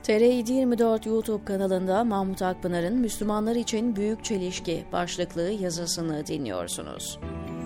TR724 YouTube kanalında Mahmut Akpınar'ın Müslümanlar için Büyük Çelişki başlıklı yazısını dinliyorsunuz.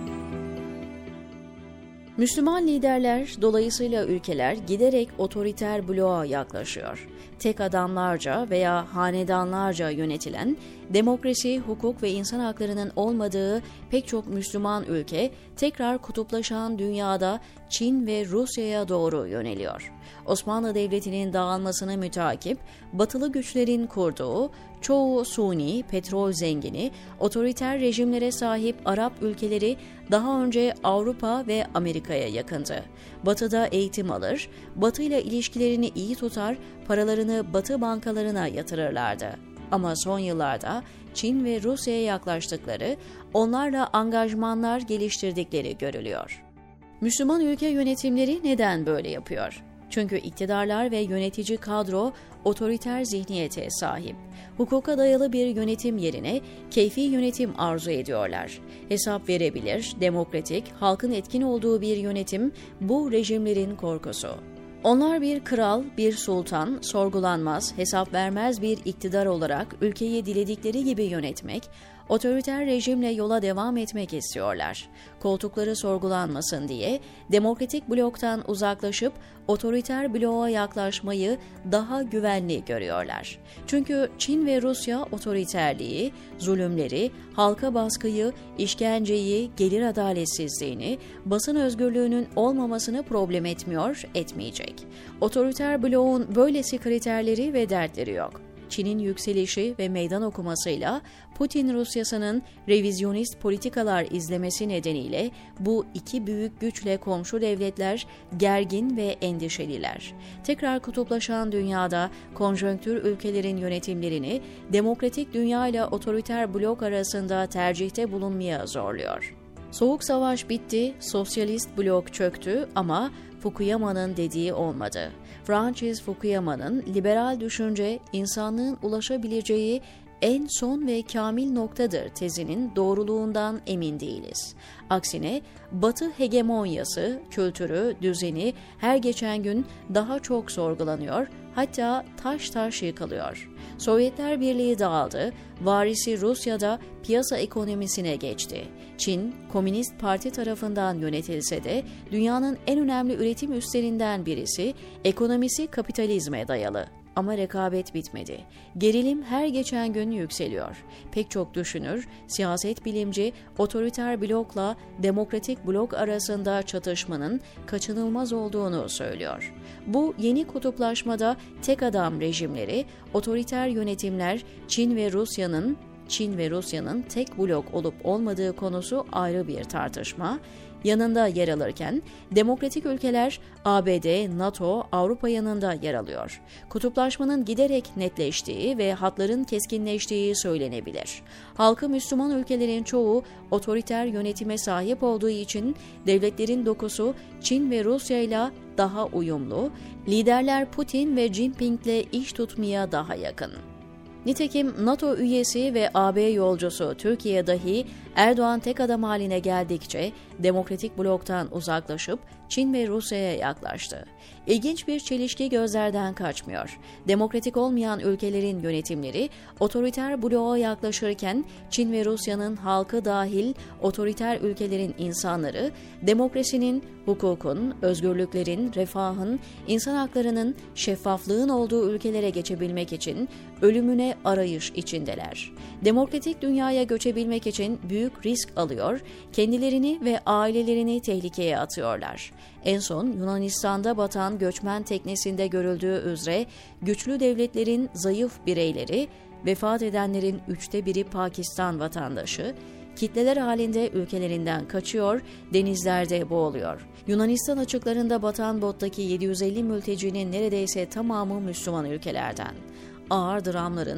Müslüman liderler, dolayısıyla ülkeler giderek otoriter bloğa yaklaşıyor. Tek adamlarca veya hanedanlarca yönetilen, demokrasi, hukuk ve insan haklarının olmadığı pek çok Müslüman ülke, tekrar kutuplaşan dünyada Çin ve Rusya'ya doğru yöneliyor. Osmanlı Devleti'nin dağılmasını mütakip, batılı güçlerin kurduğu, çoğu suni, petrol zengini, otoriter rejimlere sahip Arap ülkeleri daha önce Avrupa ve Amerika'ya yakındı. Batı'da eğitim alır, Batı ile ilişkilerini iyi tutar, paralarını Batı bankalarına yatırırlardı. Ama son yıllarda Çin ve Rusya'ya yaklaştıkları, onlarla angajmanlar geliştirdikleri görülüyor. Müslüman ülke yönetimleri neden böyle yapıyor? Çünkü iktidarlar ve yönetici kadro otoriter zihniyete sahip. Hukuka dayalı bir yönetim yerine keyfi yönetim arzu ediyorlar. Hesap verebilir, demokratik, halkın etkin olduğu bir yönetim bu rejimlerin korkusu. Onlar bir kral, bir sultan, sorgulanmaz, hesap vermez bir iktidar olarak ülkeyi diledikleri gibi yönetmek, otoriter rejimle yola devam etmek istiyorlar. Koltukları sorgulanmasın diye demokratik bloktan uzaklaşıp otoriter bloğa yaklaşmayı daha güvenli görüyorlar. Çünkü Çin ve Rusya otoriterliği, zulümleri, halka baskıyı, işkenceyi, gelir adaletsizliğini, basın özgürlüğünün olmamasını problem etmiyor, etmeyecek. Otoriter bloğun böylesi kriterleri ve dertleri yok. Çin'in yükselişi ve meydan okumasıyla Putin Rusyası'nın revizyonist politikalar izlemesi nedeniyle bu iki büyük güçle komşu devletler gergin ve endişeliler. Tekrar kutuplaşan dünyada konjonktür ülkelerin yönetimlerini demokratik dünya ile otoriter blok arasında tercihte bulunmaya zorluyor. Soğuk Savaş bitti, sosyalist blok çöktü ama Fukuyama'nın dediği olmadı. Francis Fukuyama'nın liberal düşünce insanlığın ulaşabileceği en son ve kamil noktadır tezinin doğruluğundan emin değiliz. Aksine Batı hegemonyası, kültürü, düzeni her geçen gün daha çok sorgulanıyor, hatta taş taş yıkılıyor. Sovyetler Birliği dağıldı, varisi Rusya'da piyasa ekonomisine geçti. Çin, Komünist Parti tarafından yönetilse de dünyanın en önemli üretim üslerinden birisi, ekonomisi kapitalizme dayalı. Ama rekabet bitmedi. Gerilim her geçen gün yükseliyor. Pek çok düşünür, siyaset bilimci, otoriter blokla demokratik blok arasında çatışmanın kaçınılmaz olduğunu söylüyor. Bu yeni kutuplaşmada tek adam rejimleri, otoriter yönetimler, Çin ve Rusya'nın tek blok olup olmadığı konusu ayrı bir tartışma. Yanında yer alırken demokratik ülkeler ABD, NATO, Avrupa yanında yer alıyor. Kutuplaşmanın giderek netleştiği ve hatların keskinleştiği söylenebilir. Halkı Müslüman ülkelerin çoğu otoriter yönetime sahip olduğu için devletlerin dokusu Çin ve Rusya ile daha uyumlu, liderler Putin ve Jinping'le iş tutmaya daha yakın. Nitekim NATO üyesi ve AB yolcusu Türkiye dahi Erdoğan tek adam haline geldikçe demokratik bloktan uzaklaşıp Çin ve Rusya'ya yaklaştı. İlginç bir çelişki gözlerden kaçmıyor. Demokratik olmayan ülkelerin yönetimleri otoriter bloğa yaklaşırken Çin ve Rusya'nın halkı dahil otoriter ülkelerin insanları demokrasinin, hukukun, özgürlüklerin, refahın, insan haklarının, şeffaflığın olduğu ülkelere geçebilmek için ölümüne arayış içindeler. Demokratik dünyaya göçebilmek için büyük risk alıyor, kendilerini ve ailelerini tehlikeye atıyorlar. En son Yunanistan'da batan göçmen teknesinde görüldüğü üzere güçlü devletlerin zayıf bireyleri, vefat edenlerin 1/3 Pakistan vatandaşı, kitleler halinde ülkelerinden kaçıyor, denizlerde boğuluyor. Yunanistan açıklarında batan bottaki 750 mültecinin neredeyse tamamı Müslüman ülkelerden. Ağır dramların,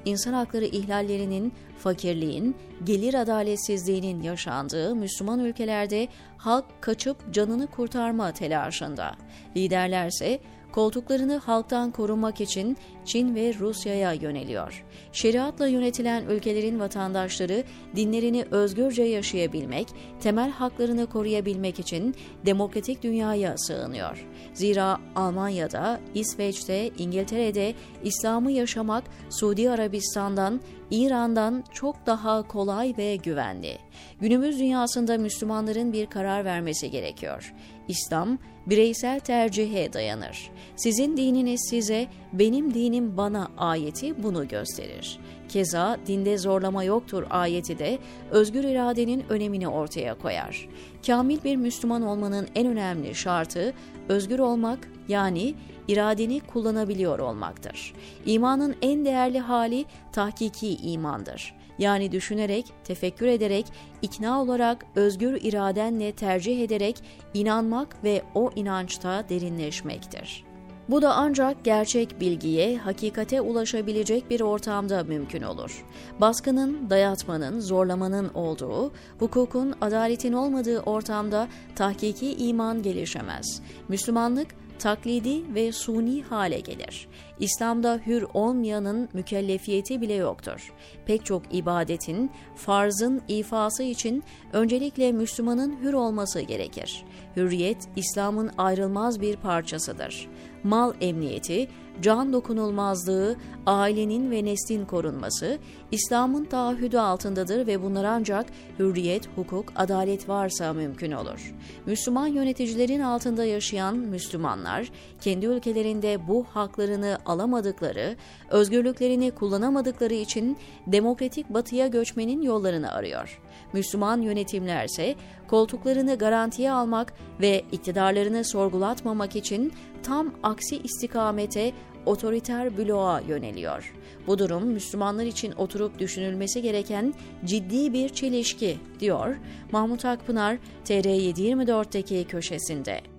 insan hakları ihlallerinin, fakirliğin, gelir adaletsizliğinin yaşandığı Müslüman ülkelerde halk kaçıp canını kurtarma telaşında. Liderlerse koltuklarını halktan korumak için Çin ve Rusya'ya yöneliyor. Şeriatla yönetilen ülkelerin vatandaşları dinlerini özgürce yaşayabilmek, temel haklarını koruyabilmek için demokratik dünyaya sığınıyor. Zira Almanya'da, İsveç'te, İngiltere'de İslam'ı yaşamak Suudi Arabistan'dan, İran'dan çok daha kolay ve güvenli. Günümüz dünyasında Müslümanların bir karar vermesi gerekiyor. İslam, bireysel tercihe dayanır. Sizin dininiz size, benim dinim bana ayeti bunu gösterir. Keza dinde zorlama yoktur ayeti de özgür iradenin önemini ortaya koyar. Kamil bir Müslüman olmanın en önemli şartı özgür olmak, yani iradeni kullanabiliyor olmaktır. İmanın en değerli hali tahkiki imandır. Yani düşünerek, tefekkür ederek, ikna olarak, özgür iradenle tercih ederek inanmak ve o inançta derinleşmektir. Bu da ancak gerçek bilgiye, hakikate ulaşabilecek bir ortamda mümkün olur. Baskının, dayatmanın, zorlamanın olduğu, hukukun, adaletin olmadığı ortamda tahkiki iman gelişemez. Müslümanlık, taklidi ve suni hale gelir. İslam'da hür olmayanın mükellefiyeti bile yoktur. Pek çok ibadetin, farzın ifası için öncelikle Müslümanın hür olması gerekir. Hürriyet, İslam'ın ayrılmaz bir parçasıdır. Mal emniyeti, can dokunulmazlığı, ailenin ve neslin korunması, İslam'ın taahhüdü altındadır ve bunlar ancak hürriyet, hukuk, adalet varsa mümkün olur. Müslüman yöneticilerin altında yaşayan Müslümanlar, kendi ülkelerinde bu haklarını alamadıkları, özgürlüklerini kullanamadıkları için demokratik batıya göçmenin yollarını arıyor. Müslüman yönetimlerse koltuklarını garantiye almak ve iktidarlarını sorgulatmamak için tam aksi istikamete, otoriter bloğa yöneliyor. Bu durum Müslümanlar için oturup düşünülmesi gereken ciddi bir çelişki, diyor Mahmut Akpınar TR724'deki köşesinde.